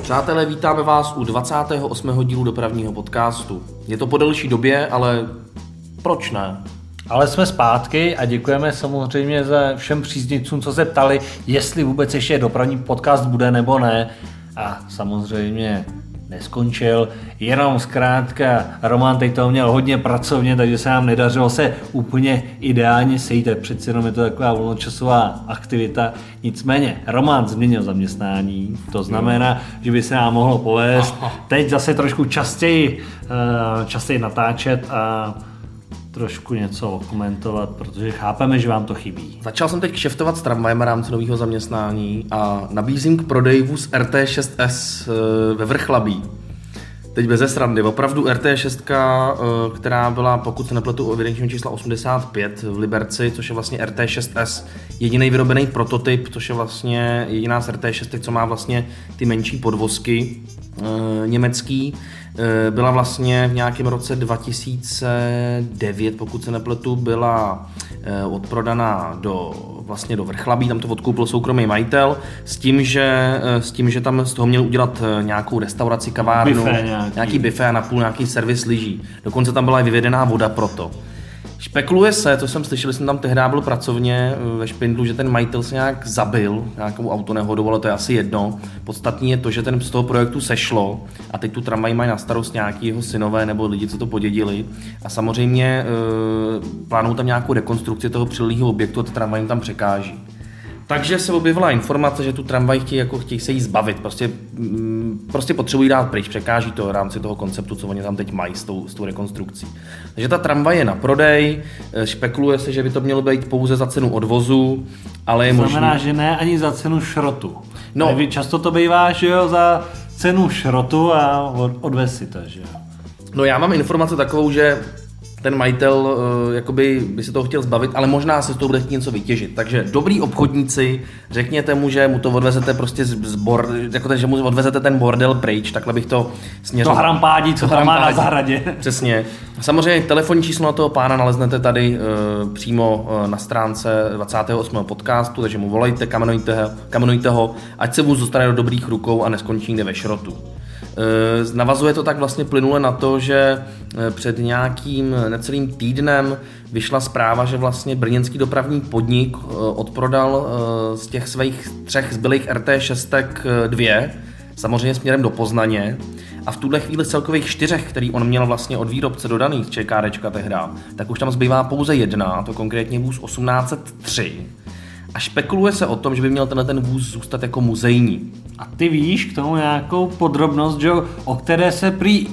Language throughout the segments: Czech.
Přátelé, vítáme vás u 28. dílu dopravního podcastu. Je to po delší době, ale proč ne? Ale jsme zpátky a děkujeme samozřejmě za všem příznivcům, co se ptali, jestli vůbec ještě dopravní podcast bude nebo ne. A samozřejmě neskončil, jenom zkrátka Roman teď toho měl hodně pracovně, takže se nám nedařilo se úplně ideálně sejít, přeci jenom je to taková volnočasová aktivita. Nicméně Roman změnil zaměstnání, to znamená, že by se nám mohlo povést teď zase trošku častěji natáčet a trošku něco komentovat, protože chápeme, že vám to chybí. Začal jsem teď kšeftovat s tramvajem v rámci nového zaměstnání a nabízím k prodeji vůz RT6S ve Vrchlabí. Teď beze srandy, opravdu RT6, která byla, pokud se nepletu, evidenčního čísla 85 v Liberci, což je vlastně RT6S, jediný vyrobený prototyp, což je vlastně jediná z RT6, co má vlastně ty menší podvozky německý. Byla vlastně v nějakém roce 2009, pokud se nepletu, byla odprodaná do Vrchlabí, tam to odkoupil soukromý majitel, s tím, že tam z toho měl udělat nějakou restauraci, kavárnu, nějaký buffet a napůl nějaký servis lyží. Dokonce tam byla i vyvedená voda pro to. Špekuluje se, to jsem slyšel, že jsem tam tehdy byl pracovně ve Špindlu, že ten majitel se nějak zabil nějakou autonehodou, ale to je asi jedno. Podstatný je to, že z toho projektu sešlo a teď tu tramvaj mají na starost nějaký jeho synové nebo lidi, co to podědili. A samozřejmě plánují tam nějakou rekonstrukci toho přililého objektu a ty tramvaj jim tam překáží. Takže se objevila informace, že tu tramvaj chtějí se jí zbavit, prostě potřebují dát pryč, překáží to v rámci toho konceptu, co oni tam teď mají s tou rekonstrukcí. Takže ta tramvaj je na prodej, špekuluje se, že by to mělo být pouze za cenu odvozu, ale je možné. To znamená, že ne ani za cenu šrotu. No. Často to bývá, že jo, za cenu šrotu a odvez si to, že jo. No já mám informaci takovou, že ten majitel jakoby by se toho chtěl zbavit, ale možná se z toho bude chtít něco vytěžit. Takže dobrý obchodníci, řekněte mu, že mu to odvezete prostě že mu odvezete ten bordel pryč, takhle bych to směřoval. To hrampádí, co tam má na zahradě. Přesně. Samozřejmě telefonní číslo na toho pána naleznete tady přímo na stránce 28. podcastu, takže mu volejte, kamenujte ho, ať se vůz dostane do dobrých rukou a neskončí někde ve šrotu. Navazuje to tak vlastně plynule na to, že před nějakým necelým týdnem vyšla zpráva, že vlastně brněnský dopravní podnik odprodal z těch svých 3 zbylých RT6 2, samozřejmě směrem do Poznaně, a v tuhle chvíli z celkových 4, který on měl vlastně od výrobce dodaných ČKDčka tehda, tak už tam zbývá pouze jedna, to konkrétně vůz 1803. A špekuluje se o tom, že by měl ten vůz zůstat jako muzejní. A ty víš k tomu nějakou podrobnost, že, o které se prý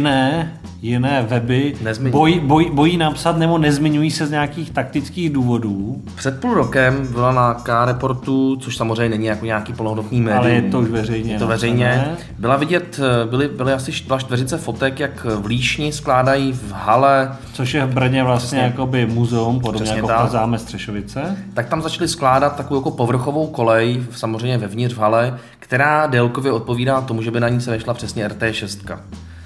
jiné weby bojí napsat nebo nezmiňují se z nějakých taktických důvodů? Před půl rokem byla na K-reportu, což samozřejmě není jako nějaký plnohodnotný médium. Ale je to už veřejně. Je to veřejně. Byla vidět, byla čtveřice fotek, jak v Líšni skládají v hale. Což je v Brně vlastně jakoby muzeum, podobně jako v Záme Střešovice. Tak tam začali skládat takovou jako povrchovou kolej, samozřejmě vevnitř v hale, která délkově odpovídá tomu, že by na ní se vešla přesně RT6.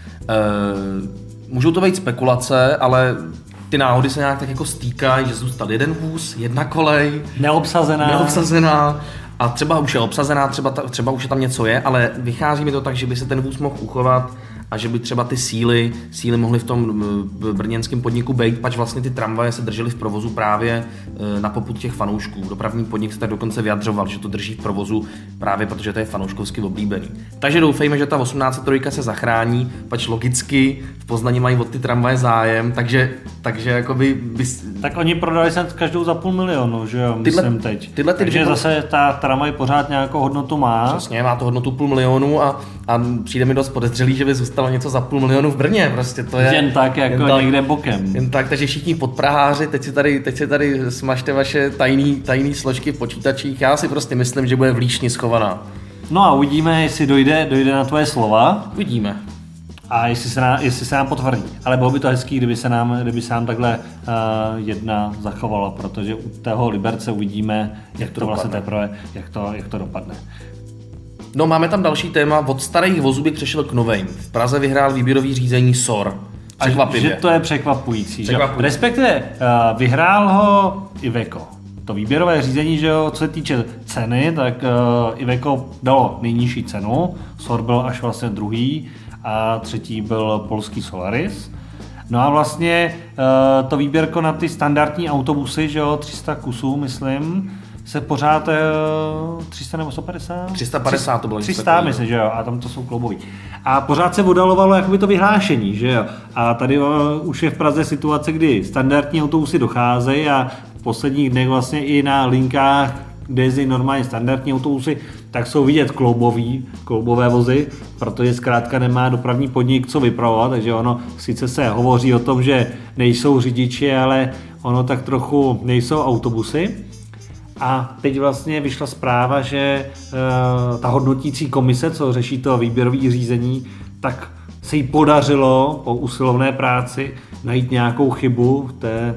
Můžou to být spekulace, ale ty náhody se nějak tak jako stýkají, že zůstal jeden vůz, jedna kolej. Neobsazená. A třeba už je obsazená, třeba už je tam něco je, ale vychází mi to tak, že by se ten vůz mohl uchovat a že by třeba ty síly mohly v tom brněnském podniku být, pač vlastně ty tramvaje se držely v provozu právě na popud těch fanoušků. Dopravní podnik se tak dokonce vyjadřoval, že to drží v provozu právě protože to je fanouškovsky oblíbený. Takže doufejme, že ta 1803 se zachrání, pač logicky v Poznaní mají od ty tramvaje zájem, takže jakoby... Tak oni prodali se každou za 500 000, že jo, myslím teď. Takže zase ta tramvaj pořád nějakou hodnotu má. Přesně, má to hodnotu 500 000 a přijde mi dost podezřelý, že by zůstalo něco za 500 000 v Brně, prostě to je... Jen tak, jako někde bokem. Jen tak, takže všichni podpraháři, teď si tady smažte vaše tajný složky v počítačích, já si prostě myslím, že bude v Líšni schovaná. No a uvidíme, jestli dojde na tvoje slova. Uvidíme. A jestli se nám potvrdí. Ale bylo by to hezký, kdyby se nám takhle jedna zachovala, protože u tého Liberce uvidíme, jak to vlastně teprve, jak to dopadne. No, máme tam další téma. Od starých vozů bych přešel k novým. V Praze vyhrál výběrový řízení SOR. Překvapivě. Že to je překvapující. Respektive vyhrál ho Iveco. To výběrové řízení, že jo, co se týče ceny, tak Iveco dalo nejnižší cenu, SOR byl až vlastně druhý a třetí byl polský Solaris. No a vlastně to výběrko na ty standardní autobusy, že jo, 300 kusů, myslím, se pořád 300 nebo 150? 350 to bylo. 300, myslím, že jo, a tam to jsou kloubový. A pořád se oddalovalo jakoby to vyhlášení, že jo. A tady už je v Praze situace, kdy standardní autobusy docházejí a v posledních dnech vlastně i na linkách, kde jezdí normálně standardní autobusy, tak jsou vidět kloubové vozy, protože zkrátka nemá dopravní podnik co vypravovat, takže ono sice se hovoří o tom, že nejsou řidiči, ale ono tak trochu nejsou autobusy. A teď vlastně vyšla zpráva, že ta hodnotící komise, co řeší to výběrové řízení, tak se jí podařilo po usilovné práci najít nějakou chybu v té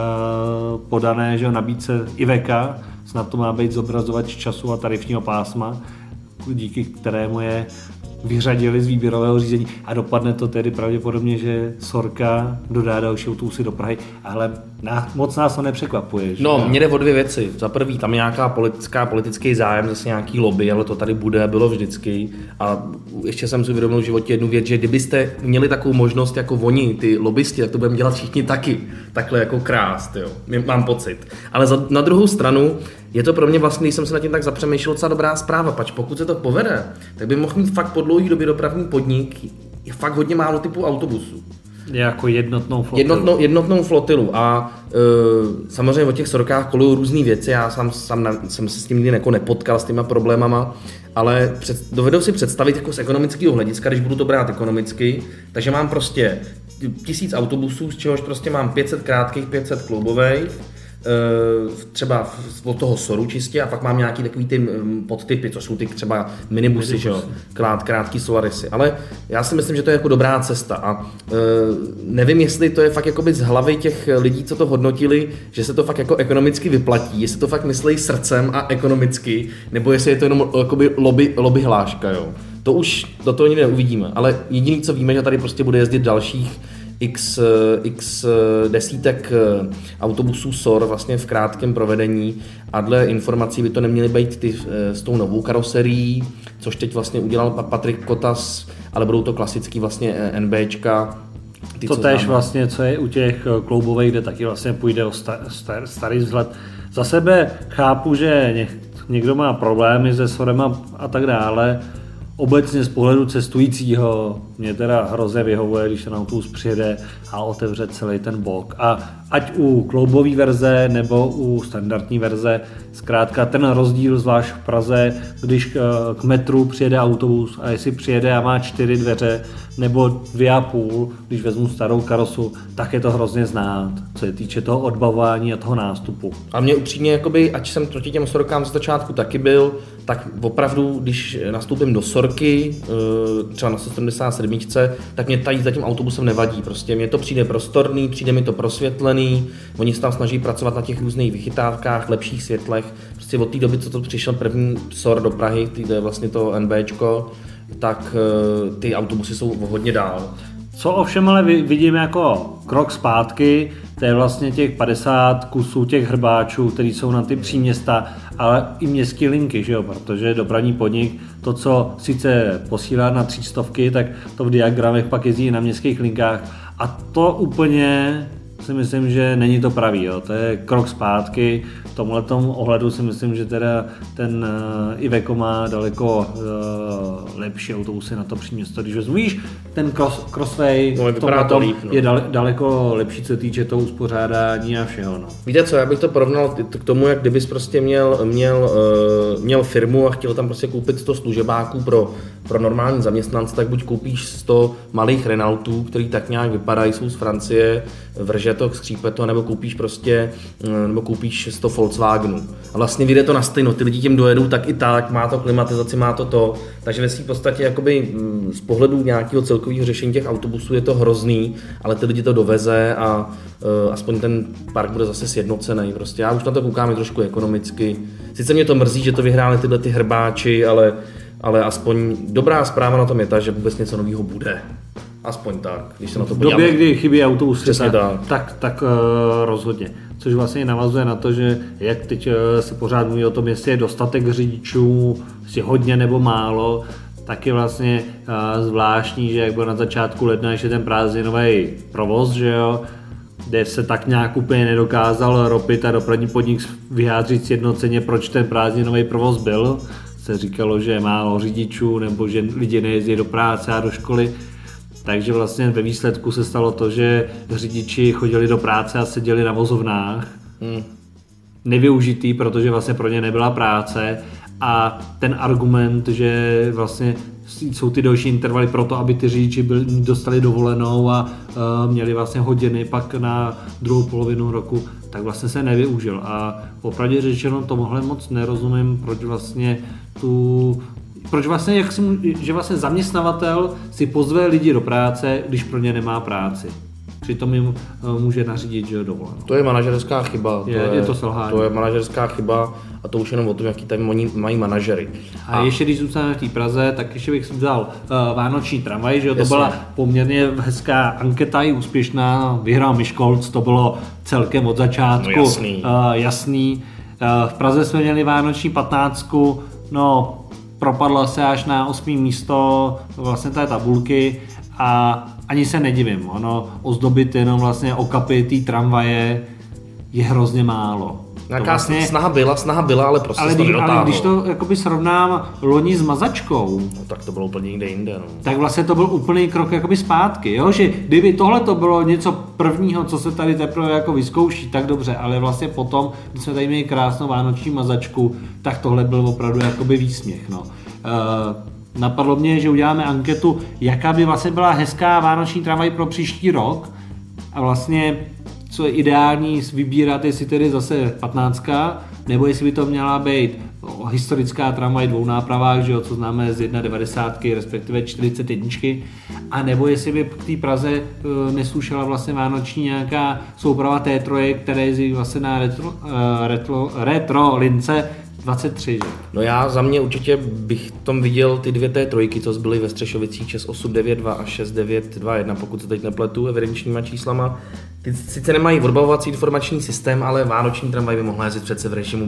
podané, že nabídce Iveca. Snad to má být zobrazovač času a tarifního pásma, díky kterému je vyřadili z výběrového řízení a dopadne to tedy pravděpodobně, že Sorka dodá další autobusy do Prahy, ale moc nás to nepřekvapuje. Že? No, mě jde o dvě věci. Za prvý, tam je nějaká politický zájem, zase nějaký lobby, ale to tady bylo vždycky. A ještě jsem si uvědomil v životě jednu věc, že kdybyste měli takovou možnost jako oni, ty lobbysti, tak to budeme dělat všichni taky. Takhle jako krást, jo. Mám pocit. Ale na druhou stranu, je to pro mě vlastně, když jsem se nad tím tak zapřemýšlel, docela dobrá zpráva, pač pokud se to povede, tak by mohl mít fakt po dlouhý době dopravní podnik, je fakt hodně málo typů autobusů. Jako jednotnou flotilu. Jednotnou flotilu a samozřejmě o těch Sorkách kolují různý věci, já sám jsem se s tím nikdy nepotkal s těma problémama, ale dovedu si představit jako z ekonomického hlediska, když budu to brát ekonomicky, takže mám prostě 1000 autobusů, z čehož prostě mám 500 krátkých, 500 kloubových, třeba od toho SORu čistě a pak mám nějaký takový ty podtypy, co jsou ty třeba minibusy, že jo, krátký Solarisy, ale já si myslím, že to je jako dobrá cesta a nevím, jestli to je fakt jakoby z hlavy těch lidí, co to hodnotili, že se to fakt jako ekonomicky vyplatí, jestli to fakt myslí srdcem a ekonomicky, nebo jestli je to jenom jakoby lobby hláška, jo. To už do toho nikdy neuvidíme, ale jediný, co víme, že tady prostě bude jezdit dalších x desítek autobusů SOR vlastně v krátkém provedení a dle informací by to neměly být ty s tou novou karoserií, což teď vlastně udělal Patrik Kotas, ale budou to klasický vlastně NBčka. To též vlastně, co je u těch kloubových, kde taky vlastně půjde o starý vzhled. Za sebe chápu, že někdo má problémy se SORem a tak dále. Obecně z pohledu cestujícího mě teda hrozně vyhovuje, když ten autobus přijede a otevře celý ten bok. A ať u kloubové verze nebo u standardní verze, zkrátka ten rozdíl, zvlášť v Praze, když k metru přijede autobus a jestli přijede a má 4 dveře nebo 2,5, když vezmu starou karosu, tak je to hrozně znát, co se týče toho odbavování a toho nástupu. A mě upřímně, jakoby, ať jsem proti těm Sorkám z začátku taky byl, tak opravdu, když nastoupím do Sorky, třeba na 177, tak mě tady za tím autobusem nevadí. Prostě mě to přijde prostorný, přijde mi to prosvětlený, oni se tam snaží pracovat na těch různých vychytávkách, lepších světlech. Prostě od té doby, co to přišel první SOR do Prahy, to je vlastně to NBčko, tak ty autobusy jsou hodně dál. Co ovšem ale vidím jako krok zpátky, to je vlastně těch 50 kusů těch hrbáčů, který jsou na ty příměsta, ale i městské linky, že jo? Protože dopravní podnik, to, co sice posílá na 300, tak to v diagramech pak jezdí na městských linkách a to úplně si myslím, že není to pravý, jo? To je krok zpátky. V tomhletom ohledu si myslím, že teda ten Iveco má daleko lepší autobusy na to příměsto. Když vezmíš ten Crossway, je daleko lepší, co týče toho uspořádání a všeho. No. Víte co, já bych to porovnal k tomu, jak kdybys prostě měl firmu a chtěl tam prostě koupit 100 služebáků pro normální zaměstnance, tak buď koupíš 100 malých Renaultů, který tak nějak vypadají, jsou z Francie, vrže to, skřípe to, nebo koupíš 100 Volkswagenů. A vlastně vyjde to na stejno, ty lidi tím dojedou tak i tak, má to klimatizaci, má to, takže ve svým podstatě jakoby z pohledu nějakého celkového řešení těch autobusů je to hrozný, ale ty lidi to doveze a aspoň ten park bude zase sjednocený. Prostě já už na to koukám i trošku ekonomicky. Sice mě to mrzí, že to vyhráli tyhle ty hrbáči, ale aspoň dobrá zpráva na tom je ta, že vůbec něco nového bude. Aspoň tak, když se na to v podíváme. době, kdy chybí autobusy, tak rozhodně. Což vlastně navazuje na to, že jak teď se pořád mluví o tom, jestli je dostatek řidičů, jestli hodně nebo málo, tak je vlastně zvláštní, že jak byl na začátku ledna ještě ten prázdninový provoz, že jo, kde se tak nějak úplně nedokázal Ropit a dopravní podnik vyjádřit sjednoceně, proč ten prázdninový provoz byl. Se říkalo, že je málo řidičů nebo že lidi nejezdí do práce a do školy. Takže vlastně ve výsledku se stalo to, že řidiči chodili do práce a seděli na vozovnách. Nevyužitý, protože vlastně pro ně nebyla práce. A ten argument, že vlastně jsou ty další intervaly pro to, aby ty řidiči dostali dovolenou a měli vlastně hodiny pak na druhou polovinu roku, tak vlastně se nevyužil. A opravdu řečeno tomuhle moc nerozumím, proč vlastně že vlastně zaměstnavatel si pozve lidi do práce, když pro ně nemá práci. Přitom jim může nařídit, že dovolenou. To je manažerská chyba. Je to selhání. To je manažerská chyba a to už jenom o tom, jaký tam oni mají manažery. A ještě když zůstaneme v té Praze, tak ještě bych si vzal vánoční tramvaj, že jo, to byla poměrně hezká anketa i úspěšná, vyhrál Miškolc, to bylo celkem od začátku jasný. V Praze jsme měli vánoční 15, propadla se až na 8. místo vlastně té tabulky a ani se nedivím, ozdobit jenom vlastně okapy té tramvaje je hrozně málo. Nějaká vlastně, snaha byla, ale prostě to nedotáhlo. Ale když to jakoby srovnám loni s Mazačkou, tak to bylo úplně někde jinde. Tak vlastně to byl úplný krok jakoby zpátky, jo? Že kdyby tohle to bylo něco prvního, co se tady teprve jako vyzkouší, tak dobře, ale vlastně potom, když jsme tady měli krásnou vánoční Mazačku, tak tohle byl opravdu jakoby výsměch. Napadlo mě, že uděláme anketu, jaká by vlastně byla hezká vánoční tramvaj pro příští rok a vlastně co je ideální vybírat, jestli tedy zase 15, nebo jestli by to měla být historická tramvaj dvounápravách, že jo, co známe z 1,90, respektive 41, a nebo jestli by k té Praze neslušela vlastně vánoční nějaká souprava T3, která jezdí vlastně na retro lince 23, že? No já za mě určitě bych tom viděl ty dvě T3, co byly ve Střešovicích 6892 a 6921, pokud se teď nepletu evidenčníma číslama. Ty sice nemají odbavovací informační systém, ale vánoční tramvaj by mohla jezdit přece v režimu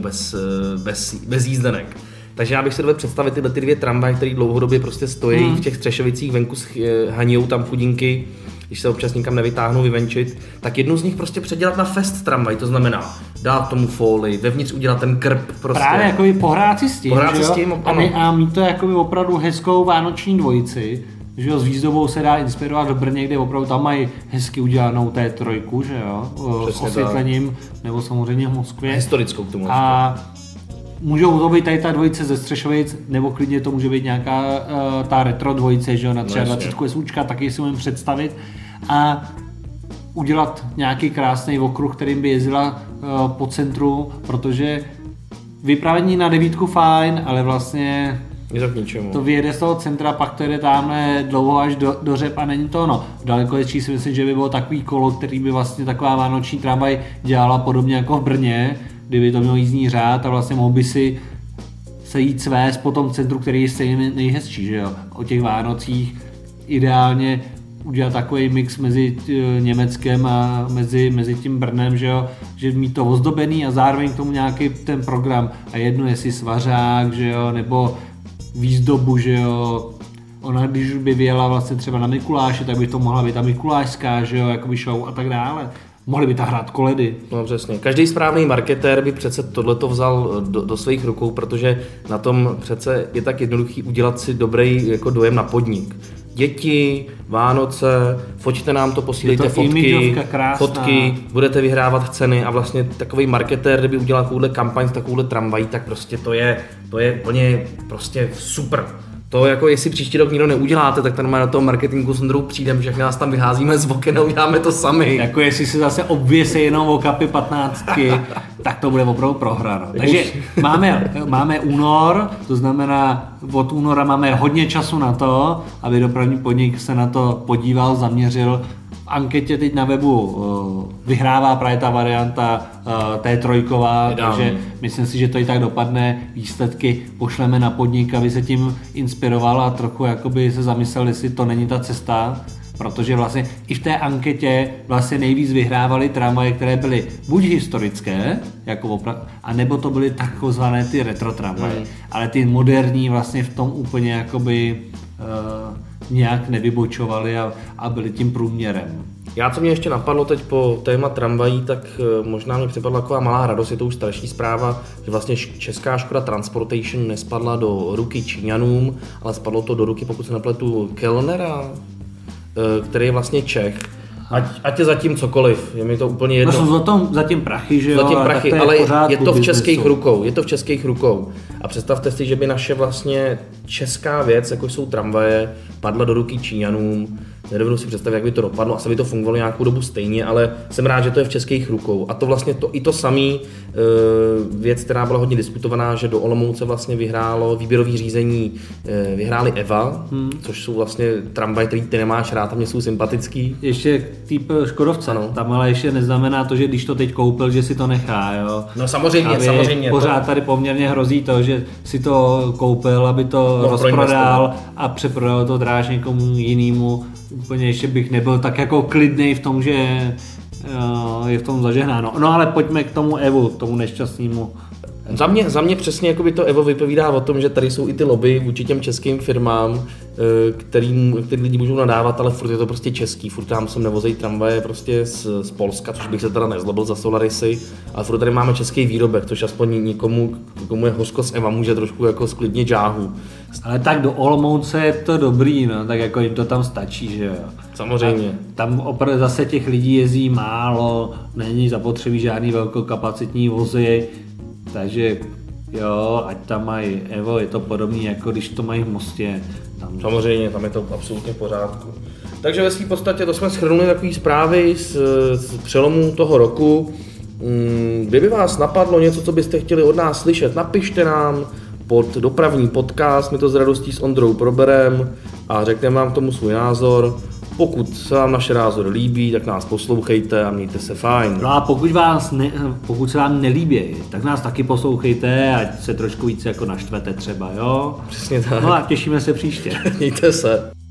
bez jízdenek. Takže já bych si dovedl představit tyhle ty dvě tramvaje, které dlouhodobě prostě stojí v těch Střešovicích, venku hanijou tam chudinky, když se občas nikam nevytáhnou vyvenčit, tak jednu z nich prostě předělat na fest tramvaj, to znamená dát tomu folii, vevnitř udělat ten krb prostě. Právě jakoby pohrát si s tím, a mít to jakoby opravdu hezkou vánoční dvojici, že jo, s výzdobou se dá inspirovat v Brně, kde opravdu tam mají hezky udělanou T3, že jo, s osvětlením, nebo samozřejmě v Moskvě. Historickou k tomu. A můžou to být tady ta dvojice ze Střešovic, nebo klidně to může být nějaká ta retro dvojice, že jo, na 23 SUčka, taky si můžeme představit. A udělat nějaký krásný okruh, kterým by jezdila po centru, protože vypravení na 9 fajn, ale vlastně to vyjede z toho centra, pak to jede tamhle dlouho až do Řep a není to ono. Daleko větší si myslím, že by bylo takový kolo, který by vlastně taková vánoční tramvaj dělala podobně jako v Brně, kdyby to mělo jízdní řád a vlastně mohl by si se jít svést po tom centru, který je stejně nejhezčí, že jo. O těch Vánocích ideálně udělat takový mix mezi Německem a mezi tím Brnem, že jo, že mít to ozdobený a zároveň k tomu nějaký ten program a jedno jestli svařák, že jo, nebo výzdobu, že jo. Ona když by vyjela vlastně třeba na Mikuláše, tak by to mohla být ta mikulášská, že jo, jakoby show a tak dále. Mohli by tam hrát koledy. No přesně. Každý správný marketér by přece tohleto vzal do svých rukou, protože na tom přece je tak jednoduchý udělat si dobrý jako dojem na podnik. Děti, Vánoce, foťte nám to, posílejte fotky, budete vyhrávat ceny a vlastně takový marketér, kdyby udělal takovouhle kampaň s takovouhle tramvají, tak prostě to je úplně prostě super. To jako jestli příští rok nikdo neuděláte, tak tam na toho marketingu s Ondrou přijdem, že nás tam vyházíme z oken a uděláme to sami. Jako jestli se zase obvěsí jenom o kapy 15, tak to bude opravdu prohra. No. Takže máme únor, to znamená od února máme hodně času na to, aby dopravní podnik se na to podíval, zaměřil. V anketě teď na webu vyhrává právě ta varianta T3, takže myslím si, že to i tak dopadne. Výsledky pošleme na podnik, aby se tím inspiroval a trochu jakoby se zamyslel, jestli to není ta cesta. protože vlastně i v té anketě vlastně nejvíc vyhrávaly tramvaje, které byly buď historické, jako a nebo to byly takzvané ty retro tramvaje, ale ty moderní vlastně v tom úplně jakoby nějak nevybočovaly a byly tím průměrem. Já, co mě ještě napadlo teď po téma tramvají, tak možná mě připadla taková malá radost, je to už starší zpráva, že vlastně česká Škoda Transportation nespadla do ruky Číňanům, ale spadlo to do ruky, pokud se nepletu, Kellnera, který je vlastně Čech. Ať je zatím cokoliv, je mi to úplně jedno. No jsou zatím prachy, že jo? Zatím prachy, ale je to v českých rukou. Je to v českých rukou. A představte si, že by naše vlastně česká věc, jako jsou tramvaje, padla do ruky Číňanům. Nedovedu si představit, jak by to dopadlo, asi by to fungovalo nějakou dobu stejně, ale jsem rád, že to je v českých rukou. A to vlastně to samý věc, která byla hodně diskutovaná, že do Olomouce vlastně vyhrálo výběrový řízení, vyhráli Eva, což jsou vlastně tramvaje, který ty nemáš rád a mě jsou sympatický. Ještě typ Škodovce, ano. Tam ale ještě neznamená to, že když to teď koupil, že si to nechá, jo. No samozřejmě. Pořád tady poměrně hrozí to, že si to koupil, aby to rozprodal a přeprodal to dráž někomu jinému. Úplně ještě bych nebyl tak jako klidnej v tom, že je v tom zažehnáno. No ale pojďme k tomu Evu, tomu nešťastnému. Za mě přesně jako by to Evo vypovídá o tom, že tady jsou i ty lobby vůči těm českým firmám, který lidi můžou nadávat, ale furt je to prostě český, furt tam sem nevozejí tramvaje prostě z Polska, což bych se teda nezlobil za Solarisy, ale furt tady máme český výrobek, což aspoň nikomu, komu je hořko z Eva, může trošku jako sklidnit žáhu. Ale tak do Olomouce je to dobrý, no, tak jako jim to tam stačí, že jo. Samozřejmě. A tam opravdu zase těch lidí jezdí málo, není zapotřebí žádný velkokapacitní vozy, takže jo, ať tam mají Evo, je to podobný, jako když to mají v Mostě. Samozřejmě, tam je to absolutně v pořádku. Takže ve své podstatě to jsme shrnuli takové zprávy z přelomu toho roku. Kdyby vás napadlo něco, co byste chtěli od nás slyšet, napište nám pod dopravní podcast, my to s radostí s Ondrou probereme a řekneme vám k tomu svůj názor. Pokud se vám naše názory líbí, tak nás poslouchejte a mějte se fajn. No a pokud se vám nelíbí, tak nás taky poslouchejte, ať se trošku více jako naštvete třeba, jo? Přesně tak. No a těšíme se příště. Mějte se.